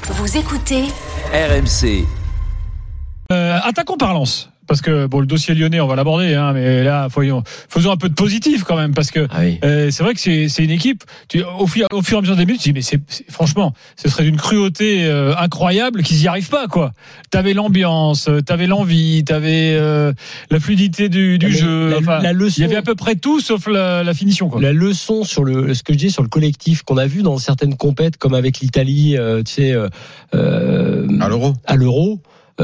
Vous écoutez RMC. Attaquons par Lens. Parce que le dossier lyonnais, on va l'aborder, mais là, faisons un peu de positif quand même, parce que c'est vrai que c'est une équipe. Au fur et à mesure des minutes, tu dis mais franchement, ce serait d'une cruauté incroyable qu'ils y arrivent pas, quoi. T'avais l'ambiance, t'avais l'envie, t'avais la fluidité du jeu. La leçon, il y avait à peu près tout sauf la finition, quoi. La leçon sur ce que je dis sur le collectif qu'on a vu dans certaines compètes, comme avec l'Italie, à l'Euro.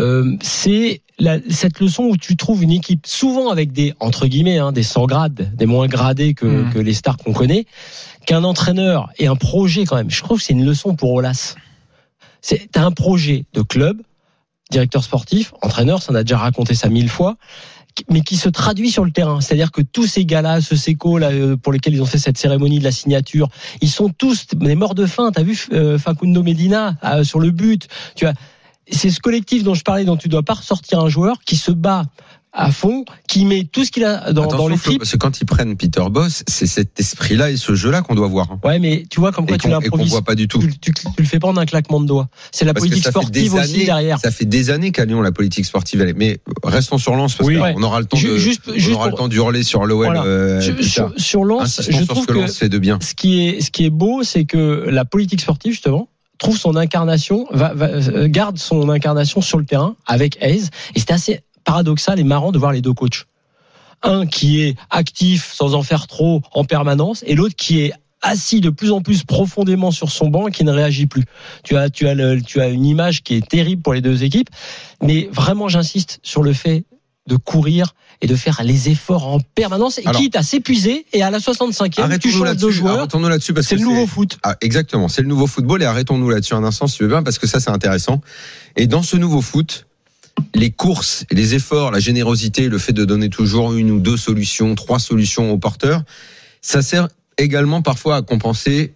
C'est cette leçon où tu trouves une équipe souvent avec des entre guillemets des sans grades, des moins gradés que les stars qu'on connaît, qu'un entraîneur et un projet quand même. Je trouve que c'est une leçon pour Aulas. T'as un projet de club, directeur sportif, entraîneur, ça on a déjà raconté ça 1000 fois, mais qui se traduit sur le terrain. C'est-à-dire que tous ces gars-là, ce Seco là pour lesquels ils ont fait cette cérémonie de la signature, ils sont tous des morts de faim. T'as vu Facundo Medina sur le but, tu vois. C'est ce collectif dont je parlais, dont tu dois pas ressortir un joueur qui se bat à fond, qui met tout ce qu'il a dans les tripes. Parce que quand ils prennent Peter Bosz, c'est cet esprit-là et ce jeu-là qu'on doit voir. Ouais, mais tu vois comme quoi tu l'improvises. Et qu'on voit pas du tout. Tu le fais pas en un claquement de doigts. C'est la politique sportive aussi derrière. Ça fait des années qu'à Lyon la politique sportive elle est. Mais restons sur Lens parce qu'on aura le temps le temps d'hurler sur l'OL. Voilà. Sur Lens, je trouve que Lens fait de bien. Ce qui est beau, c'est que la politique sportive justement trouve son incarnation, garde son incarnation sur le terrain avec Hayes. Et c'est assez paradoxal et marrant de voir les deux coachs. Un qui est actif sans en faire trop en permanence, et l'autre qui est assis de plus en plus profondément sur son banc et qui ne réagit plus. Tu as une image qui est terrible pour les deux équipes. Mais vraiment, j'insiste sur le fait de courir et de faire les efforts en permanence, et quitte à s'épuiser, et à la 65e, tu changes de joueur. Arrêtons-nous là-dessus parce c'est le nouveau foot. Exactement, c'est le nouveau football, et arrêtons-nous là-dessus un instant si tu veux bien, parce que ça c'est intéressant. Et dans ce nouveau foot, les courses, les efforts, la générosité, le fait de donner toujours une ou deux solutions, 3 solutions aux porteurs, ça sert également parfois à compenser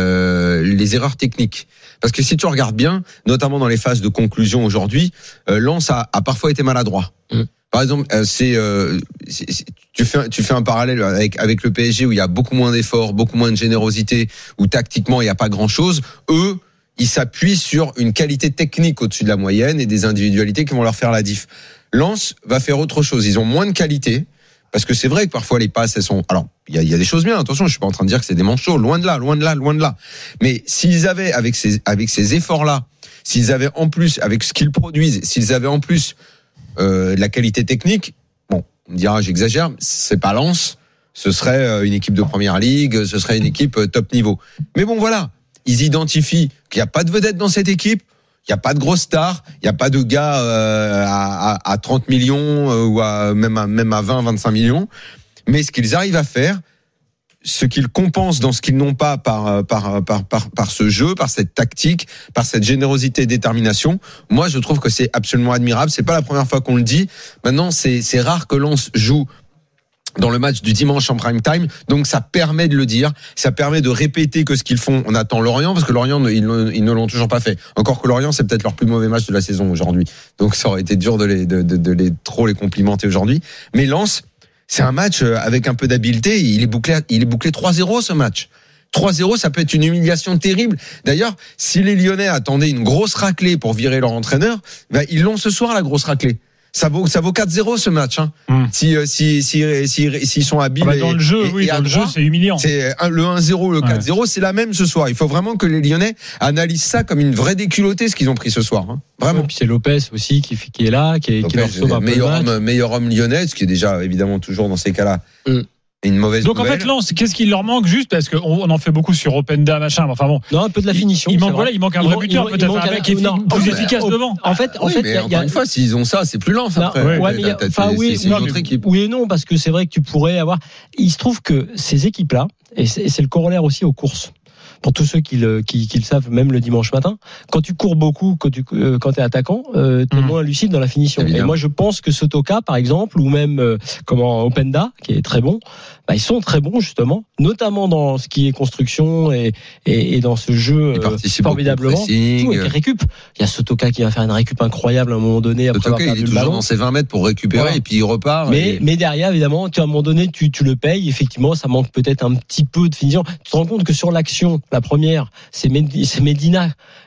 les erreurs techniques. Parce que si tu regardes bien, notamment dans les phases de conclusion aujourd'hui, Lens a parfois été maladroit. Par exemple, tu fais un parallèle avec le PSG où il y a beaucoup moins d'efforts, beaucoup moins de générosité, où tactiquement il n'y a pas grand-chose. Eux, ils s'appuient sur une qualité technique au-dessus de la moyenne et des individualités qui vont leur faire la diff. Lens va faire autre chose. Ils ont moins de qualité. Parce que c'est vrai que parfois les passes, elles sont. Alors, il y a des choses bien. Attention, je suis pas en train de dire que c'est des manchots. Loin de là. Mais s'ils avaient avec ces efforts-là, s'ils avaient en plus avec ce qu'ils produisent, s'ils avaient en plus de la qualité technique, bon, on me dira, j'exagère, c'est pas Lens. Ce serait une équipe de première ligue, ce serait une équipe top niveau. Mais bon, voilà, ils identifient qu'il n'y a pas de vedette dans cette équipe. Il n'y a pas de grosses stars, il n'y a pas de gars à 30 millions ou même à 20, 25 millions. Mais ce qu'ils arrivent à faire, ce qu'ils compensent dans ce qu'ils n'ont pas par ce jeu, par cette tactique, par cette générosité et détermination, moi je trouve que c'est absolument admirable. C'est pas la première fois qu'on le dit. Maintenant, c'est rare que Lens joue dans le match du dimanche en prime time, donc ça permet de le dire, ça permet de répéter que ce qu'ils font, on attend Lorient, parce que Lorient ils ne l'ont toujours pas fait. Encore que Lorient c'est peut-être leur plus mauvais match de la saison aujourd'hui, donc ça aurait été dur de les complimenter aujourd'hui. Mais Lens, c'est un match avec un peu d'habileté, il est bouclé 3-0 ce match. 3-0, ça peut être une humiliation terrible. D'ailleurs, si les Lyonnais attendaient une grosse raclée pour virer leur entraîneur, ils l'ont ce soir la grosse raclée. Ça vaut 4-0 ce match, hein. S'ils sont habiles. Dans le jeu, dans le jeu, c'est humiliant. C'est le 1-0, le 4-0, c'est la même ce soir. Il faut vraiment que les Lyonnais analysent ça comme une vraie déculottée, ce qu'ils ont pris ce soir, hein. Vraiment. Et puis c'est Lopez aussi qui est là, qui leur sauve un peu le match. Meilleur homme lyonnais, ce qui est déjà évidemment toujours dans ces cas-là. Une mauvaise donc nouvelle. En fait, Lens, qu'est-ce qu'il leur manque juste parce qu'on en fait beaucoup sur Openda, machin. Enfin bon. Non, un peu de la finition. Il manque un vrai buteur, peut-être un mec qui est plus efficace devant. En fait, il y a une fois, s'ils ont ça, c'est plus Lens après. C'est une autre équipe. Oui et non, parce que c'est vrai que tu pourrais avoir. Il se trouve que ces équipes-là, et c'est le corollaire aussi aux courses. Pour tous ceux qui le savent, même le dimanche matin, quand tu cours beaucoup, quand t'es attaquant, t'es moins lucide dans la finition. Évidemment. Et moi, je pense que Sotoka, par exemple, ou même Openda, qui est très bon, ils sont très bons justement, notamment dans ce qui est construction et dans ce jeu formidablement. Tout avec récup. Il y a Sotoka qui va faire une récup incroyable à un moment donné après avoir perdu le ballon. Dans ses 20 mètres pour récupérer et puis il repart. Mais derrière, évidemment, à un moment donné, tu le payes. Effectivement, ça manque peut-être un petit peu de finition. Tu te rends compte que sur l'action, la première, c'est Medina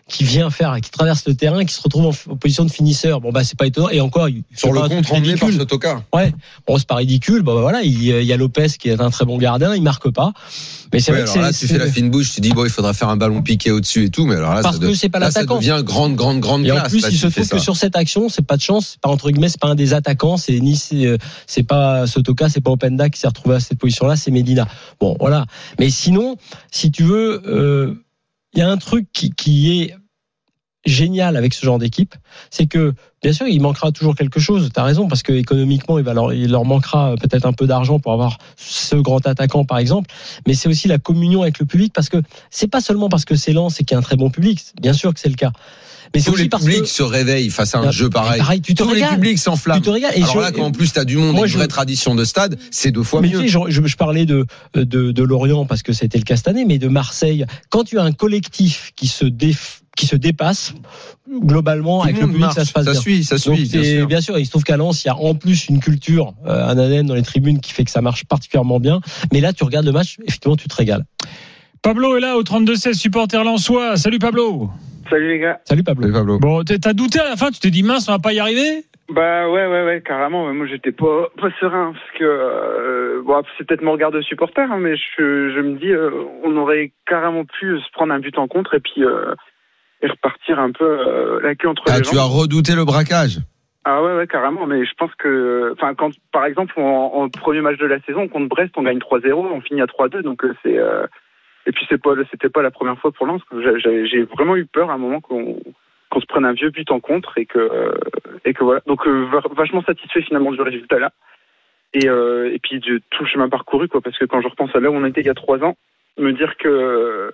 qui traverse le terrain, qui se retrouve en position de finisseur. Bon, c'est pas étonnant. Et encore, sur le contre emmené par Sotoka. Ouais. Bon, c'est pas ridicule. Voilà, il y a Lopez qui est un très bon gardien, il marque pas. Mais c'est vrai que là, tu fais la fine bouche, tu dis il faudra faire un ballon piqué au-dessus et tout, mais alors là, parce que c'est pas l'attaquant. Ça devient grande et classe. En plus, il se trouve que sur cette action, c'est pas de chance, c'est pas entre guillemets, c'est pas un des attaquants, c'est pas Sotoka, c'est pas Openda qui s'est retrouvé à cette position-là, c'est Medina. Bon, voilà. Mais sinon, si tu veux, il y a un truc qui est génial avec ce genre d'équipe, c'est que bien sûr il manquera toujours quelque chose, t'as raison, parce que économiquement il leur manquera peut-être un peu d'argent pour avoir ce grand attaquant par exemple, mais c'est aussi la communion avec le public, parce que c'est pas seulement parce que c'est Lens et qu'il y a un très bon public, bien sûr que c'est le cas, mais c'est tous aussi les publics se réveillent face à un jeu pareil. Tous les publics s'enflamment. Alors là, quand en plus t'as du monde, une vraie tradition de stade, c'est 2 fois mieux. Tu sais, je parlais de Lorient parce que c'était le cas cette année, mais de Marseille. Quand tu as un collectif qui se dépasse, globalement, avec le public, ça se passe bien. Ça suit. Bien sûr, il se trouve qu'à Lens, il y a en plus une culture, un ADN dans les tribunes qui fait que ça marche particulièrement bien. Mais là, tu regardes le match, effectivement, tu te régales. Pablo est là au 32-16, supporter lensois. Salut Pablo. Salut les gars. Salut Pablo. Bon, t'as douté à la fin, tu t'es dit mince, on va pas y arriver? Ouais, carrément. Moi, j'étais pas serein parce que c'est peut-être mon regard de supporter, hein, mais je me dis, on aurait carrément pu se prendre un but en contre et puis et repartir un peu la queue entre les jambes. Tu as redouté le braquage? Ah ouais, carrément. Mais je pense que, quand par exemple en premier match de la saison contre Brest, on gagne 3-0, on finit à 3-2, donc c'est et puis c'était pas la première fois pour Lens. J'ai vraiment eu peur à un moment qu'on se prenne un vieux but en contre et que voilà. Donc vachement satisfait finalement du résultat là. Et puis de tout le chemin parcouru, quoi, parce que quand je repense à là où on était il y a 3 ans, me dire que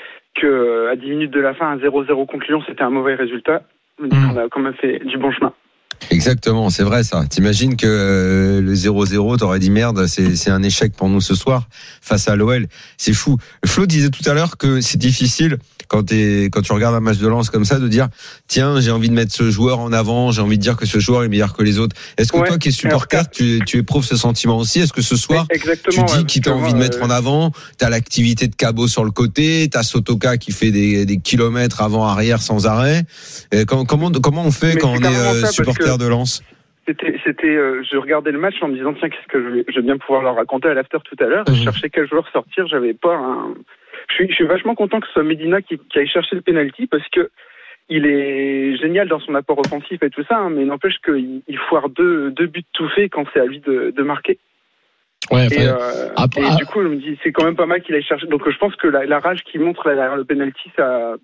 à 10 minutes de la fin, un 0-0 contre Lyon, c'était un mauvais résultat. Me dire qu'on a quand même fait du bon chemin. Exactement, c'est vrai ça. T'imagines que le 0-0, t'aurais dit merde, c'est un échec pour nous ce soir face à l'OL. C'est fou. Flo disait tout à l'heure que c'est difficile quand tu regardes un match de Lens comme ça de dire tiens, j'ai envie de mettre ce joueur en avant, j'ai envie de dire que ce joueur est meilleur que les autres. Est-ce que toi qui es supporter, tu éprouves ce sentiment aussi? Est-ce que ce soir tu dis qui t'as envie de mettre en avant? T'as l'activité de Cabot sur le côté, t'as Sotoka qui fait des kilomètres avant arrière sans arrêt. Comment on fait quand on est supporter de Lens? Je regardais le match en me disant tiens, qu'est-ce que je vais bien pouvoir leur raconter à l'after tout à l'heure. Je cherchais quel joueur sortir, j'avais pas je suis vachement content que ce soit Medina qui aille chercher le penalty, parce que il est génial dans son apport offensif et tout ça, hein, mais n'empêche qu'il foire deux buts tout faits quand c'est à lui de marquer. Ouais, et du coup, je me dis c'est quand même pas mal qu'il aille chercher. Donc je pense que la rage qu'il montre là derrière le penalty, ça.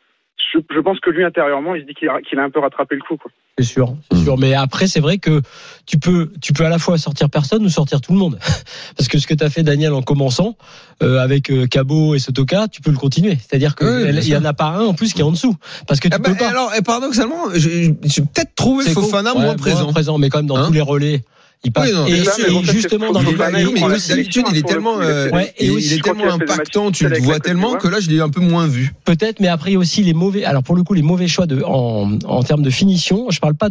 Je pense que lui intérieurement, il se dit qu'il a un peu rattrapé le coup, quoi. C'est sûr. Mais après, c'est vrai que tu peux à la fois sortir personne ou sortir tout le monde. Parce que ce que t'as fait, Daniel, en commençant avec Cabot et Sotoka, tu peux le continuer. C'est-à-dire que il y en a pas un en plus qui est en dessous. Parce que tu peux pas. Alors, paradoxalement, j'ai peut-être trouvé Fofana moins présent, mais quand même dans tous les relais. Il passe. Justement dans les d'habitude, il est tellement impactant, tu le vois tellement que là, je l'ai un peu moins vu. Peut-être, mais après aussi les mauvais. Alors pour le coup, les mauvais choix en termes de finition. Je parle pas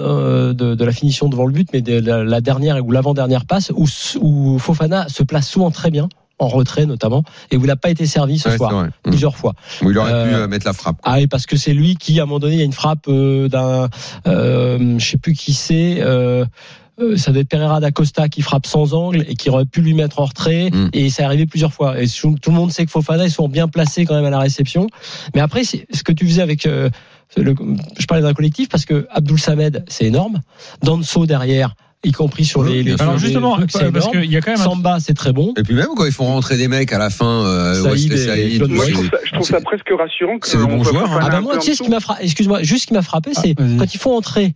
de la finition devant le but, mais de la dernière ou l'avant-dernière passe où Fofana se place souvent très bien, en retrait notamment, et où il n'a pas été servi ce soir plusieurs fois. Où il aurait pu mettre la frappe. Ah oui, parce que c'est lui qui, à un moment donné, il y a une frappe d'un, je sais plus qui c'est. Ça doit être Pereira da Costa qui frappe sans angle et qui aurait pu lui mettre en retrait, et ça est arrivé plusieurs fois. Et tout le monde sait que Fofana, ils sont bien placés quand même à la réception. Mais après, c'est ce que tu faisais avec je parlais d'un collectif parce que Abdoul Samed, c'est énorme. Danso derrière, y compris sur les alors justement, parce qu'il y a quand même Samba, c'est très bon. Et puis même quand ils font rentrer des mecs à la fin, Saïd, je trouve ça presque rassurant que c'est le bon joueur. Moi, tu sais ce qui m'a frappé, ce qui m'a frappé, c'est quand ils font entrer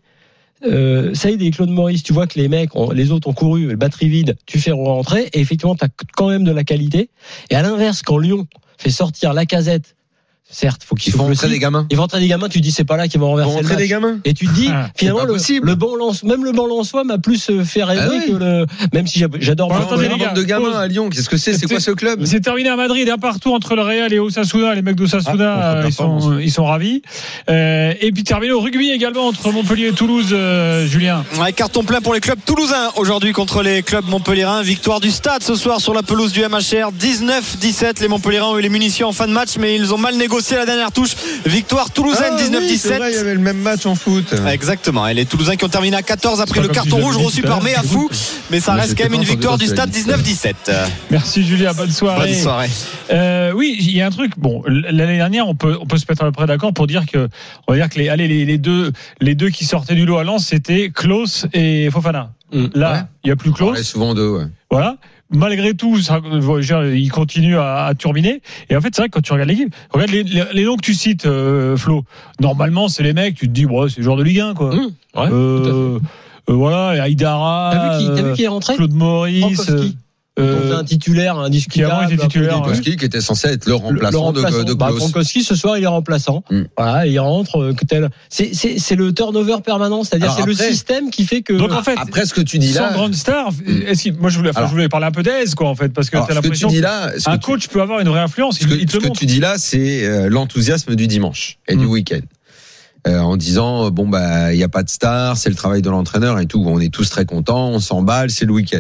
Saïd et Claude Maurice, tu vois que les autres ont couru, le batterie vide, tu fais rentrer, et effectivement, t'as quand même de la qualité. Et à l'inverse, quand Lyon fait sortir Lacazette, certes, faut qu'ils vont rentrer des gamins. Ils vont rentrer des gamins, tu dis c'est pas là qu'ils vont renverser le match. Des gamins. Et tu te dis finalement le banc lensois m'a plus fait rêver que même si j'adore de gamins à Lyon. Qu'est-ce que c'est quoi ce club? C'est terminé à Madrid, un partout entre le Real et Osasuna. Les mecs d'Osasuna, ils sont ravis. Et puis terminé au rugby également entre Montpellier et Toulouse, Julien. Ouais, carton plein pour les clubs toulousains aujourd'hui contre les clubs montpelliérains. Victoire du Stade ce soir sur la pelouse du MHR, 19-17. Les Montpelliérains ont eu les munitions en fin de match, mais ils ont mal négocié Gauthier à la dernière touche. Victoire toulousaine 19-17. Oui, c'est vrai, il y avait le même match en foot. Exactement. Et les Toulousains qui ont terminé à 14 après le carton rouge reçu par Méafou. Mais ça reste quand même une victoire du Stade 19-17. Merci Julia, bonne soirée. Bonne soirée. Oui, il y a un truc. Bon, l'année dernière, on peut se mettre à peu près d'accord pour dire que, on va dire que les deux qui sortaient du lot à Lens, c'était Klose et Fofana. Là, il y a plus Klose. On souvent d'eux, ouais. Voilà. Malgré tout, il continue à turbiner. Et en fait, c'est vrai que quand tu regardes l'équipe, regarde les noms que tu cites, Flo. Normalement, c'est les mecs, tu te dis, c'est le joueur de Ligue 1, quoi. Ouais, voilà, Aïdara. T'as vu qui est rentré? Claude Maurice. On faisait un titulaire indiscutable. Qui avant était titulaire. Frankowski qui était censé être le remplaçant de Klose. Frankowski, ce soir, il est remplaçant. Voilà, il rentre. C'est le turnover permanent, c'est-à-dire c'est le système qui fait que. Donc en fait, après ce que tu dis là, sans grande star, moi je voulais parler un peu d'Aise, quoi, en fait, parce que t'as l'impression qu'un coach peut avoir une vraie influence. Ce que tu dis là, c'est l'enthousiasme du dimanche et du week-end. En disant il y a pas de star, c'est le travail de l'entraîneur et tout. On est tous très contents, on s'emballe, c'est le week-end.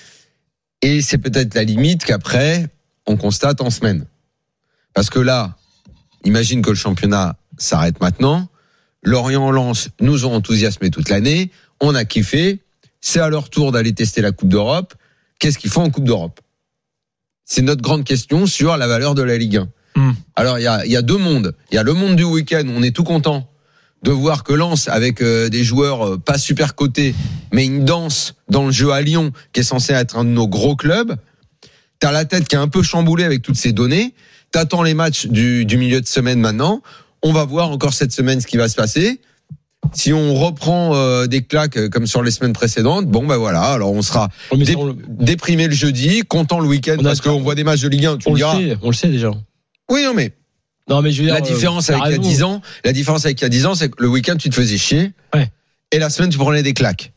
Et c'est peut-être la limite qu'après, on constate en semaine. Parce que là, imagine que le championnat s'arrête maintenant. Lorient-Lens nous ont enthousiasmé toute l'année. On a kiffé. C'est à leur tour d'aller tester la Coupe d'Europe. Qu'est-ce qu'ils font en Coupe d'Europe? C'est notre grande question sur la valeur de la Ligue 1. Alors, il y a deux mondes. Il y a le monde du week-end où on est tout content de voir que Lens, avec des joueurs pas super cotés, mais une danse dans le jeu à Lyon, qui est censé être un de nos gros clubs. T'as la tête qui est un peu chamboulée avec toutes ces données. T'attends les matchs du milieu de semaine maintenant. On va voir encore cette semaine ce qui va se passer. Si on reprend des claques comme sur les semaines précédentes, voilà. Alors on sera déprimé le jeudi, content le week-end parce qu'on voit des matchs de Ligue 1. On le sait déjà. Oui, non mais je veux dire, la différence avec il y a 10 ans, c'est que le week-end tu te faisais chier, et la semaine tu prenais des claques.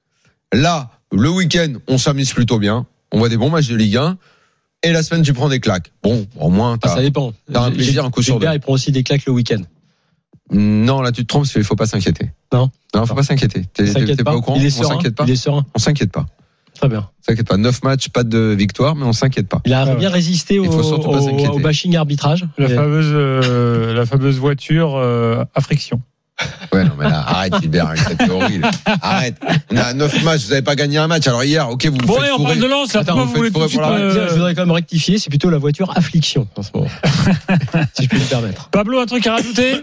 Là, le week-end, on s'amuse plutôt bien, on voit des bons matchs de Ligue 1, et la semaine tu prends des claques. Bon, au moins ça dépend. T'as un plaisir, un coup sur deux. Il prend aussi des claques le week-end. Non, là tu te trompes, il faut pas s'inquiéter. Non, faut pas s'inquiéter. T'es pas au courant? On s'inquiète pas. Il est serein. On s'inquiète pas. Très bien. S'inquiète pas. 9 matchs, pas de victoire, mais on s'inquiète pas. Il a bien résisté au bashing arbitrage. La fameuse voiture à friction. Ouais, non, mais là, arrête, Gilbert, c'est horrible. Arrête. On a 9 matchs, vous n'avez pas gagné un match. Alors hier, ok, vous faites fourrer. On parle de Lens, là, pourquoi vous voulez tout de suite je voudrais quand même rectifier, c'est plutôt la voiture affliction, en ce moment. Si je peux me permettre. Pablo, un truc à rajouter?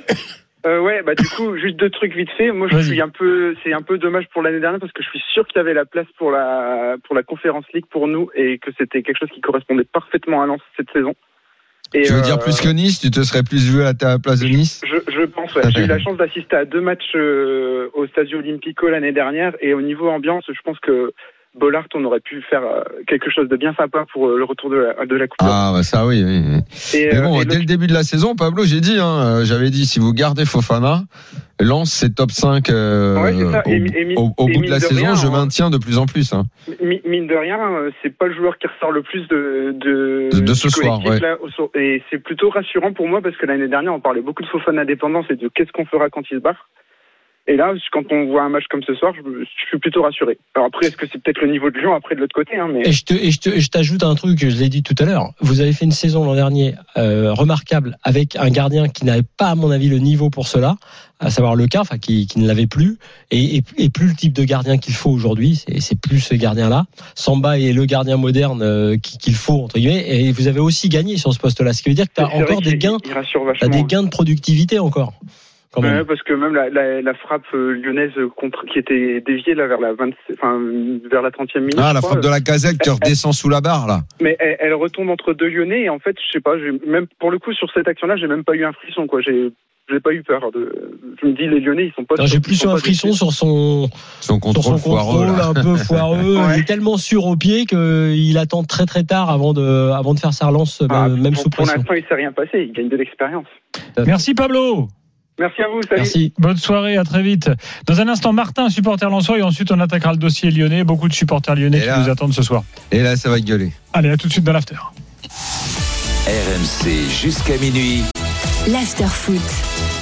Du coup, juste deux trucs vite fait. Moi, c'est un peu dommage pour l'année dernière parce que je suis sûr qu'il y avait la place pour la Conference League pour nous et que c'était quelque chose qui correspondait parfaitement à Lens cette saison. Et tu veux dire plus que Nice? Tu te serais plus vu à ta place de Nice? Je pense, ouais. J'ai eu la chance d'assister à 2 matchs au Stadio Olimpico l'année dernière et au niveau ambiance, je pense que Bollaert, on aurait pu faire quelque chose de bien sympa pour le retour de la Coupe. Ah, ça oui. Mais dès le début de la saison, Pablo, j'avais dit, si vous gardez Fofana, Lens, c'est top 5 au bout de la saison, je maintiens de plus en plus. Mine de rien, c'est pas le joueur qui ressort le plus de ce soir. Ouais. Là, et c'est plutôt rassurant pour moi parce que l'année dernière, on parlait beaucoup de Fofana dépendance et de qu'est-ce qu'on fera quand il se barre. Et là, quand on voit un match comme ce soir, je suis plutôt rassuré. Alors après, est-ce que c'est peut-être le niveau de Lyon après de l'autre côté, mais... Et je t'ajoute un truc, je l'ai dit tout à l'heure. Vous avez fait une saison l'an dernier remarquable avec un gardien qui n'avait pas, à mon avis, le niveau pour cela, à savoir Leca, qui ne l'avait plus, et plus le type de gardien qu'il faut aujourd'hui. C'est plus ce gardien-là. Samba est le gardien moderne qu'il faut entre guillemets. Et vous avez aussi gagné sur ce poste-là, ce qui veut dire que tu as encore des gains, t'as des gains de productivité encore. Parce que même la frappe lyonnaise qui était déviée là vers la 30e minute. La frappe de la Gazelle qui redescend sous la barre là. Mais elle retombe entre deux Lyonnais et en fait, je sais pas, même pour le coup sur cette action-là, j'ai même pas eu un frisson quoi. J'ai pas eu peur je me dis les Lyonnais ils sont pas. J'ai plus eu un frisson sur son contrôle foireux, un peu foireux. Ouais. Il est tellement sûr au pied qu'il attend très très tard avant de faire sa relance même sous pression. Pour l'instant, il s'est rien passé. Il gagne de l'expérience. Merci Pablo. Merci à vous, salut. Merci. Bonne soirée, à très vite. Dans un instant, Martin, supporter lensois, et ensuite on attaquera le dossier lyonnais. Beaucoup de supporters lyonnais qui nous attendent ce soir. Et là, ça va gueuler. Allez, à tout de suite dans l'after. RMC jusqu'à minuit. L'after foot.